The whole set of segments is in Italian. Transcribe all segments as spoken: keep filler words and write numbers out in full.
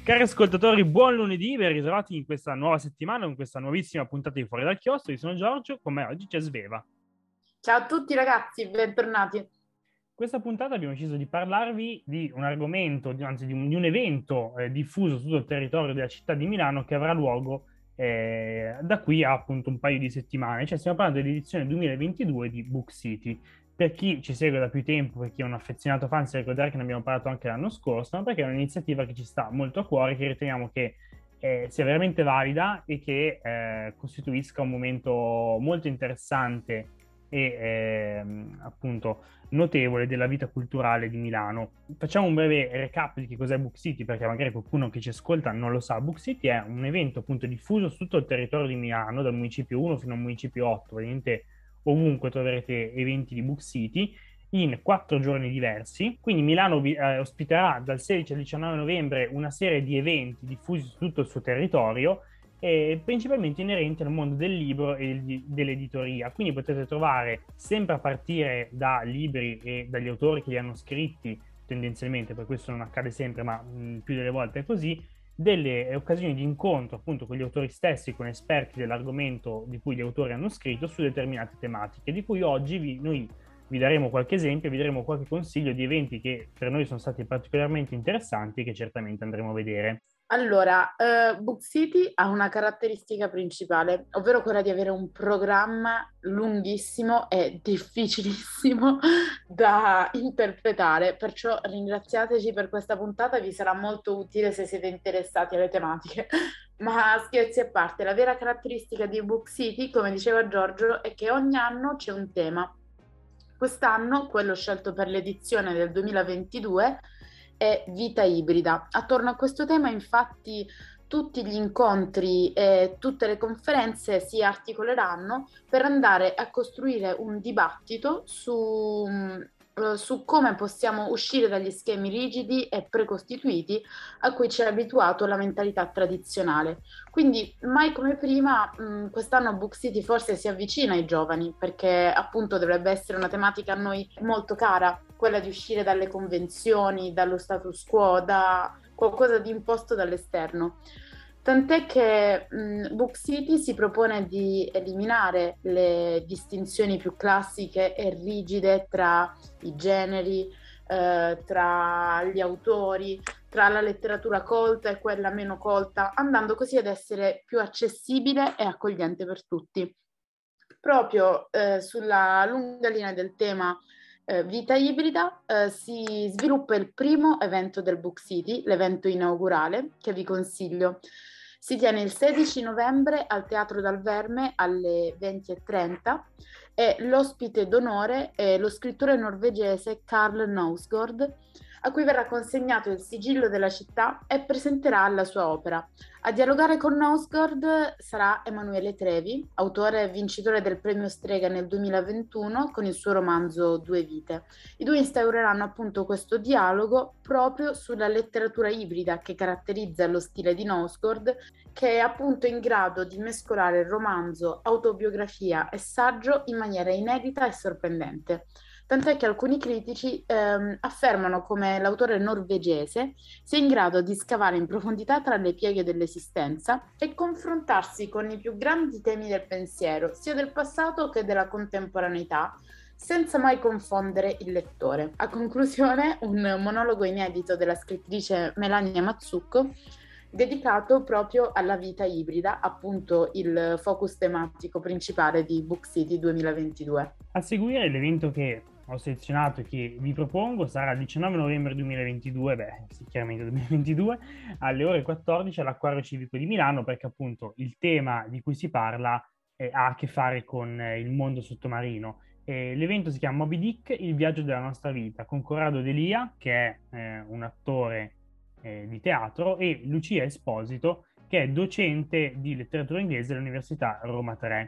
Cari ascoltatori, buon lunedì, ben ritrovati in questa nuova settimana, in questa nuovissima puntata di Fuori dal Chiostro. Io sono Giorgio, con me oggi c'è Sveva. Ciao a tutti ragazzi, bentornati. Questa puntata abbiamo deciso di parlarvi di un argomento, di- anzi di un, di un evento eh, diffuso su tutto il territorio della città di Milano che avrà luogo eh, da qui a appunto un paio di settimane. Cioè stiamo parlando dell'edizione duemilaventidue di Book City. Per chi ci segue da più tempo, per chi è un affezionato fan, si ricorderà che ne abbiamo parlato anche l'anno scorso, ma perché è un'iniziativa che ci sta molto a cuore, che riteniamo che eh, sia veramente valida e che eh, costituisca un momento molto interessante e ehm, appunto notevole della vita culturale di Milano. Facciamo un breve recap di che cos'è Book City, perché magari qualcuno che ci ascolta non lo sa. Book City è un evento appunto diffuso su tutto il territorio di Milano, dal municipio uno fino al municipio otto, ovviamente ovunque troverete eventi di Book City in quattro giorni diversi. Quindi Milano vi, eh, ospiterà dal sedici al diciannove novembre una serie di eventi diffusi su tutto il suo territorio, eh, principalmente inerenti al mondo del libro e di, dell'editoria. Quindi potete trovare, sempre a partire da libri e dagli autori che li hanno scritti, tendenzialmente, per questo non accade sempre, ma mh, più delle volte è così, delle occasioni di incontro appunto con gli autori stessi, con esperti dell'argomento di cui gli autori hanno scritto su determinate tematiche, di cui oggi vi, noi vi daremo qualche esempio, vi daremo qualche consiglio di eventi che per noi sono stati particolarmente interessanti e che certamente andremo a vedere. Allora, eh, Book City ha una caratteristica principale, ovvero quella di avere un programma lunghissimo e difficilissimo da interpretare, perciò ringraziateci per questa puntata, vi sarà molto utile se siete interessati alle tematiche. Ma scherzi a parte, la vera caratteristica di Book City, come diceva Giorgio, è che ogni anno c'è un tema. Quest'anno, quello scelto per l'edizione del duemilaventidue, è vita ibrida. Attorno a questo tema, infatti, tutti gli incontri e tutte le conferenze si articoleranno per andare a costruire un dibattito su, eh, su come possiamo uscire dagli schemi rigidi e precostituiti a cui ci ha abituato la mentalità tradizionale. Quindi, mai come prima, mh, quest'anno Book City forse si avvicina ai giovani, perché appunto dovrebbe essere una tematica a noi molto cara, quella di uscire dalle convenzioni, dallo status quo, da qualcosa di imposto dall'esterno. Tant'è che mh, Book City si propone di eliminare le distinzioni più classiche e rigide tra i generi, eh, tra gli autori, tra la letteratura colta e quella meno colta, andando così ad essere più accessibile e accogliente per tutti. Proprio eh, sulla lunga linea del tema eh, vita ibrida eh, si sviluppa il primo evento del Book City, l'evento inaugurale, che vi consiglio. Si tiene il sedici novembre al Teatro Dal Verme alle venti e trenta e l'ospite d'onore è lo scrittore norvegese Karl Knausgård, a cui verrà consegnato il sigillo della città e presenterà la sua opera. A dialogare con Knausgård sarà Emanuele Trevi, autore e vincitore del premio Strega nel duemilaventuno con il suo romanzo Due vite. I due instaureranno appunto questo dialogo proprio sulla letteratura ibrida che caratterizza lo stile di Knausgård, che è appunto in grado di mescolare romanzo, autobiografia e saggio in maniera inedita e sorprendente. Tant'è che alcuni critici ehm, affermano come l'autore norvegese sia in grado di scavare in profondità tra le pieghe dell'esistenza e confrontarsi con i più grandi temi del pensiero, sia del passato che della contemporaneità, senza mai confondere il lettore. A conclusione, un monologo inedito della scrittrice Melania Mazzucco, dedicato proprio alla vita ibrida, appunto il focus tematico principale di Book City duemilaventidue. A seguire l'evento che ho selezionato e che vi propongo sarà il diciannove novembre duemilaventidue, beh, sì, chiaramente duemilaventidue, alle ore quattordici all'Acquario Civico di Milano, perché appunto il tema di cui si parla eh, ha a che fare con eh, il mondo sottomarino. Eh, l'evento si chiama Moby Dick, il viaggio della nostra vita, con Corrado Delia, che è eh, un attore eh, di teatro, e Lucia Esposito, che è docente di letteratura inglese all'Università Roma tre.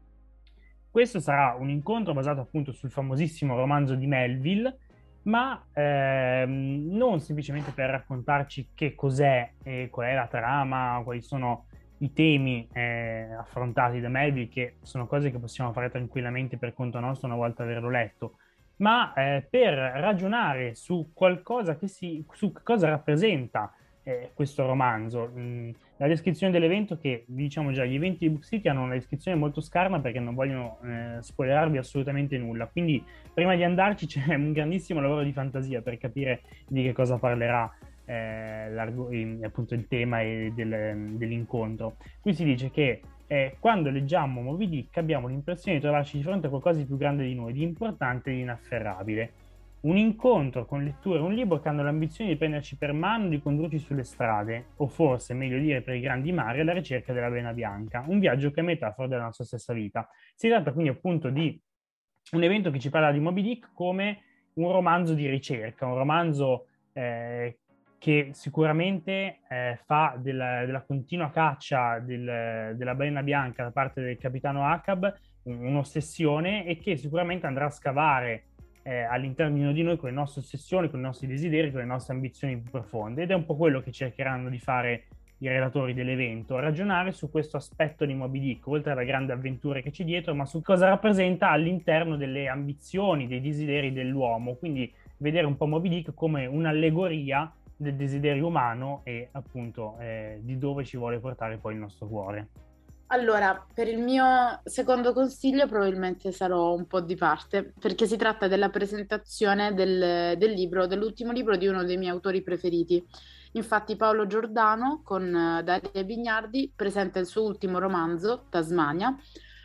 Questo sarà un incontro basato appunto sul famosissimo romanzo di Melville, ma ehm, non semplicemente per raccontarci che cos'è e qual è la trama, quali sono i temi eh, affrontati da Melville, che sono cose che possiamo fare tranquillamente per conto nostro una volta averlo letto, ma eh, per ragionare su qualcosa che si, su cosa rappresenta eh, questo romanzo. Mm, la descrizione dell'evento, che diciamo già, gli eventi di Book City hanno una descrizione molto scarna perché non vogliono eh, spoilerarvi assolutamente nulla, quindi prima di andarci c'è un grandissimo lavoro di fantasia per capire di che cosa parlerà eh, appunto il tema e del, dell'incontro. Qui si dice che eh, quando leggiamo Moby Dick abbiamo l'impressione di trovarci di fronte a qualcosa di più grande di noi, di importante e di inafferrabile. Un incontro con letture, un libro che hanno l'ambizione di prenderci per mano, di condurci sulle strade, o forse, meglio dire, per i grandi mari alla ricerca della balena bianca, un viaggio che è metafora della nostra stessa vita. Si tratta quindi appunto di un evento che ci parla di Moby Dick come un romanzo di ricerca, un romanzo eh, che sicuramente eh, fa della, della continua caccia del, della balena bianca da parte del capitano Ahab un'ossessione, e che sicuramente andrà a scavare eh, all'interno di noi con le nostre ossessioni, con i nostri desideri, con le nostre ambizioni più profonde. Ed è un po' quello che cercheranno di fare i relatori dell'evento, ragionare su questo aspetto di Moby Dick, oltre alla grande avventura che c'è dietro, ma su cosa rappresenta all'interno delle ambizioni, dei desideri dell'uomo. Quindi vedere un po' Moby Dick come un'allegoria del desiderio umano e appunto eh, di dove ci vuole portare poi il nostro cuore. Allora, per il mio secondo consiglio probabilmente sarò un po' di parte, perché si tratta della presentazione del, del libro, dell'ultimo libro di uno dei miei autori preferiti. Infatti Paolo Giordano con uh, Daria Bignardi presenta il suo ultimo romanzo, Tasmania,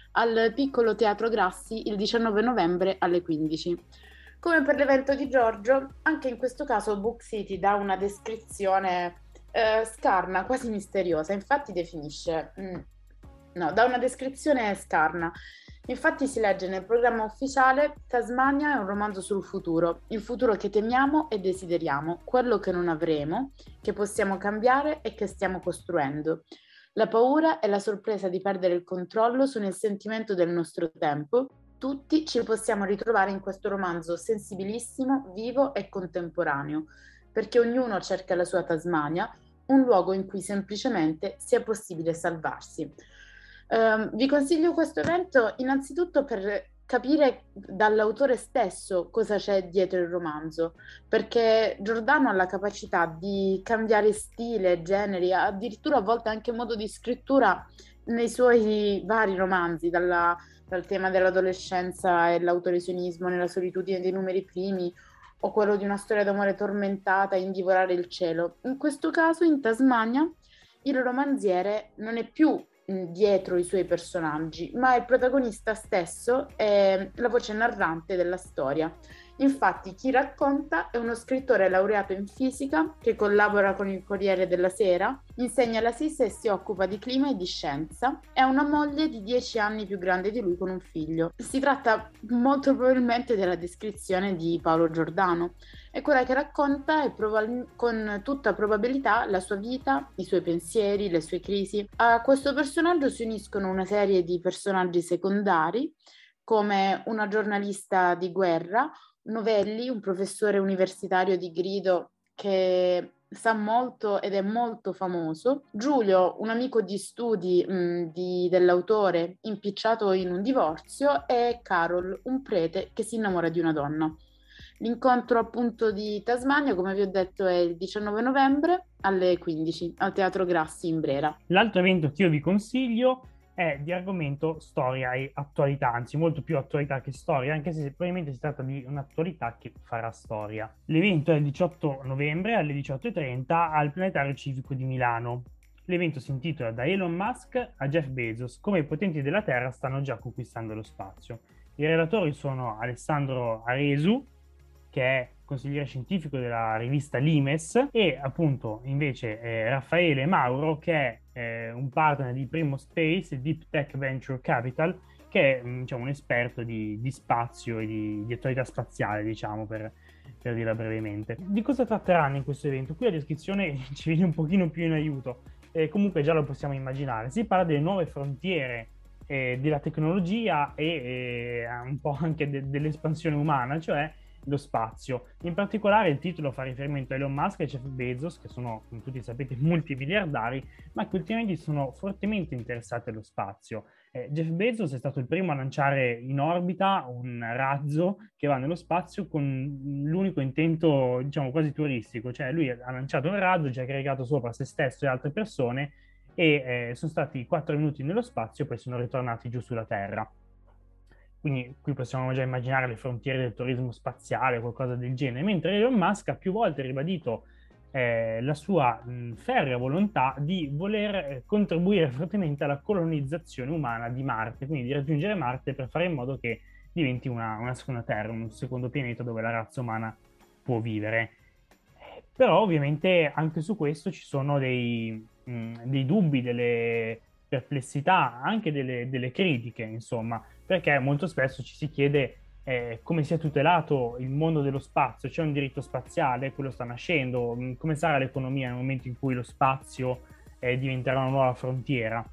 al Piccolo Teatro Grassi il diciannove novembre alle quindici. Come per l'evento di Giorgio, anche in questo caso Book City dà una descrizione eh, scarna, quasi misteriosa. Infatti definisce... Mm, No, da una descrizione scarna. Infatti si legge nel programma ufficiale: Tasmania è un romanzo sul futuro, il futuro che temiamo e desideriamo, quello che non avremo, che possiamo cambiare e che stiamo costruendo. La paura e la sorpresa di perdere il controllo sono il sentimento del nostro tempo. Tutti ci possiamo ritrovare in questo romanzo sensibilissimo, vivo e contemporaneo, perché ognuno cerca la sua Tasmania, un luogo in cui semplicemente sia possibile salvarsi. Um, vi consiglio questo evento innanzitutto per capire dall'autore stesso cosa c'è dietro il romanzo, perché Giordano ha la capacità di cambiare stile, generi, addirittura a volte anche modo di scrittura nei suoi vari romanzi, dalla, dal tema dell'adolescenza e l'autolesionismo nella solitudine dei numeri primi, o quello di una storia d'amore tormentata in Divorare il cielo. In questo caso, in Tasmania, il romanziere non è più dietro i suoi personaggi, ma il protagonista stesso è la voce narrante della storia. Infatti chi racconta è uno scrittore laureato in fisica che collabora con il Corriere della Sera, insegna la SIS e si occupa di clima e di scienza, e ha una moglie di dieci anni più grande di lui con un figlio. Si tratta molto probabilmente della descrizione di Paolo Giordano, e quella che racconta è probab- con tutta probabilità la sua vita, i suoi pensieri, le sue crisi. A questo personaggio si uniscono una serie di personaggi secondari, come una giornalista di guerra, Novelli, un professore universitario di grido che sa molto ed è molto famoso, Giulio, un amico di studi mh, di, dell'autore impicciato in un divorzio, e Carol, un prete che si innamora di una donna. L'incontro appunto di Tasmania, come vi ho detto, è il diciannove novembre alle quindici al Teatro Grassi in Brera. L'altro evento che io vi consiglio è di argomento storia e attualità, anzi molto più attualità che storia, anche se probabilmente si tratta di un'attualità che farà storia. L'evento è il diciotto novembre alle diciotto e trenta al Planetario Civico di Milano. L'evento si intitola Da Elon Musk a Jeff Bezos, come i potenti della Terra stanno già conquistando lo spazio. I relatori sono Alessandro Aresu, che è consigliere scientifico della rivista Limes, e appunto invece eh, Raffaele Mauro, che è eh, un partner di Primo Space, Deep Tech Venture Capital, che è diciamo, un esperto di, di spazio e di, di attualità spaziale, diciamo, per, per dirla brevemente. Di cosa tratteranno in questo evento? Qui la descrizione ci viene un pochino più in aiuto, eh, comunque già lo possiamo immaginare. Si parla delle nuove frontiere eh, della tecnologia e eh, un po' anche de- dell'espansione umana, cioè lo spazio. In particolare il titolo fa riferimento a Elon Musk e Jeff Bezos, che sono, come tutti sapete, multimiliardari, ma che ultimamente sono fortemente interessati allo spazio. Eh, Jeff Bezos è stato il primo a lanciare in orbita un razzo che va nello spazio con l'unico intento, diciamo, quasi turistico, cioè lui ha lanciato un razzo, ci ha caricato sopra se stesso e altre persone e eh, sono stati quattro minuti nello spazio e poi sono ritornati giù sulla Terra. Quindi qui possiamo già immaginare le frontiere del turismo spaziale o qualcosa del genere, mentre Elon Musk ha più volte ribadito eh, la sua mh, ferrea volontà di voler eh, contribuire fortemente alla colonizzazione umana di Marte, quindi di raggiungere Marte per fare in modo che diventi una, una seconda Terra, un secondo pianeta dove la razza umana può vivere. Eh, però ovviamente anche su questo ci sono dei, mh, dei dubbi, delle perplessità, anche delle, delle critiche, insomma, perché molto spesso ci si chiede eh, come sia tutelato il mondo dello spazio, c'è un diritto spaziale, quello sta nascendo, come sarà l'economia nel momento in cui lo spazio eh, diventerà una nuova frontiera.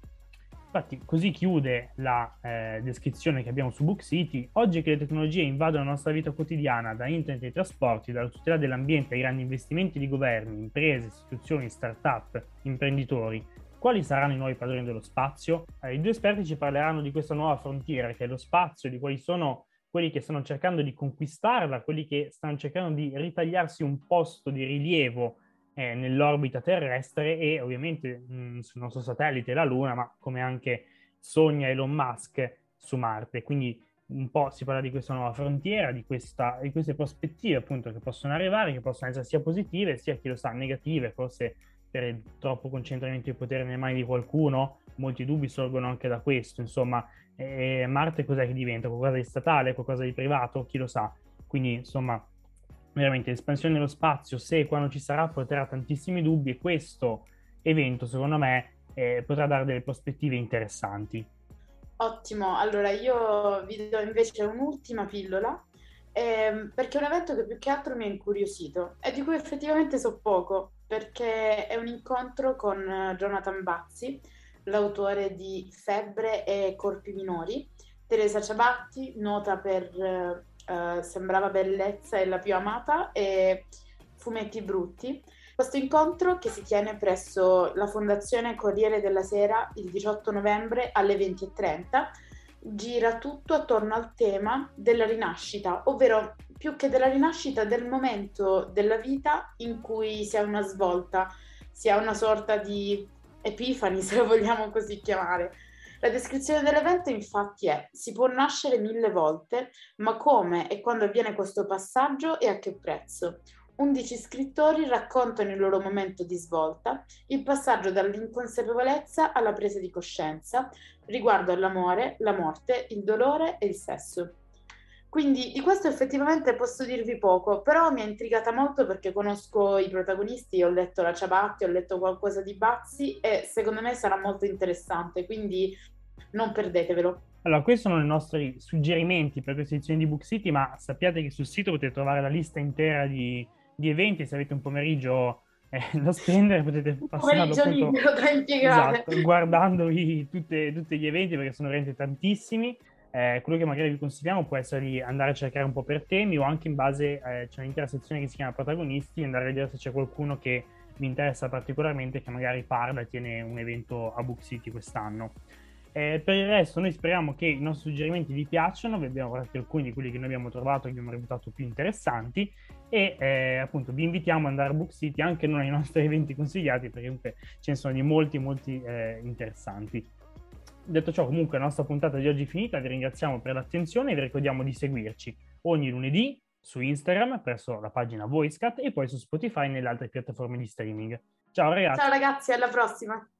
Infatti così chiude la eh, descrizione che abbiamo su Book City. Oggi che le tecnologie invadono la nostra vita quotidiana, da internet ai trasporti, dalla tutela dell'ambiente ai grandi investimenti di governi, imprese, istituzioni, start-up, imprenditori, quali saranno i nuovi padroni dello spazio? Eh, I due esperti ci parleranno di questa nuova frontiera che è lo spazio, di quali sono quelli che stanno cercando di conquistarla, quelli che stanno cercando di ritagliarsi un posto di rilievo eh, nell'orbita terrestre e ovviamente mh, sul nostro satellite la Luna, ma come anche sogna Elon Musk su Marte. Quindi un po' si parla di questa nuova frontiera, di, questa, di queste prospettive appunto che possono arrivare, che possono essere sia positive sia, chi lo sa, negative, forse per il troppo concentramento di potere nelle mani di qualcuno. Molti dubbi sorgono anche da questo, insomma, eh, Marte cos'è che diventa? Qualcosa di statale, qualcosa di privato? Chi lo sa? Quindi, insomma, veramente l'espansione nello spazio, se e quando ci sarà, porterà tantissimi dubbi e questo evento, secondo me, eh, potrà dare delle prospettive interessanti. Ottimo, allora io vi do invece un'ultima pillola, ehm, perché è un evento che più che altro mi ha incuriosito e di cui effettivamente so poco, perché è un incontro con eh, Jonathan Bazzi, l'autore di Febbre e Corpi Minori, Teresa Ciabatti, nota per eh, eh, Sembrava bellezza e la più amata, e Fumetti brutti. Questo incontro, che si tiene presso la Fondazione Corriere della Sera il diciotto novembre alle venti e trenta, gira tutto attorno al tema della rinascita, ovvero più che della rinascita, del momento della vita in cui si ha una svolta, si ha una sorta di epifani, se lo vogliamo così chiamare. La descrizione dell'evento infatti è: si può nascere mille volte, ma come e quando avviene questo passaggio e a che prezzo? undici scrittori raccontano il loro momento di svolta, il passaggio dall'inconsapevolezza alla presa di coscienza riguardo all'amore, la morte, il dolore e il sesso. Quindi di questo effettivamente posso dirvi poco, però mi ha intrigata molto perché conosco i protagonisti, ho letto la Ciabatti, ho letto qualcosa di Bazzi e secondo me sarà molto interessante, quindi non perdetevelo. Allora, questi sono i nostri suggerimenti per questa edizione di Book City, ma sappiate che sul sito potete trovare la lista intera di, di eventi. Se avete un pomeriggio eh, da spendere, potete passarlo Pomeriggio appunto libero da impiegare. esatto, guardandovi tutte, tutti gli eventi, perché sono veramente tantissimi. Eh, quello che magari vi consigliamo può essere di andare a cercare un po' per temi o anche in base, eh, c'è un'intera sezione che si chiama protagonisti, andare a vedere se c'è qualcuno che vi interessa particolarmente, che magari parla e tiene un evento a Book City quest'anno. Eh, per il resto noi speriamo che i nostri suggerimenti vi piacciono, vi abbiamo guardati alcuni di quelli che noi abbiamo trovato e abbiamo reputato più interessanti e eh, appunto vi invitiamo ad andare a Book City anche non ai nostri eventi consigliati, perché comunque ce ne sono di molti molti eh, interessanti. Detto ciò, comunque la nostra puntata di oggi è finita, vi ringraziamo per l'attenzione e vi ricordiamo di seguirci ogni lunedì su Instagram presso la pagina VoiceCat e poi su Spotify e nelle altre piattaforme di streaming. Ciao ragazzi! Ciao ragazzi, alla prossima!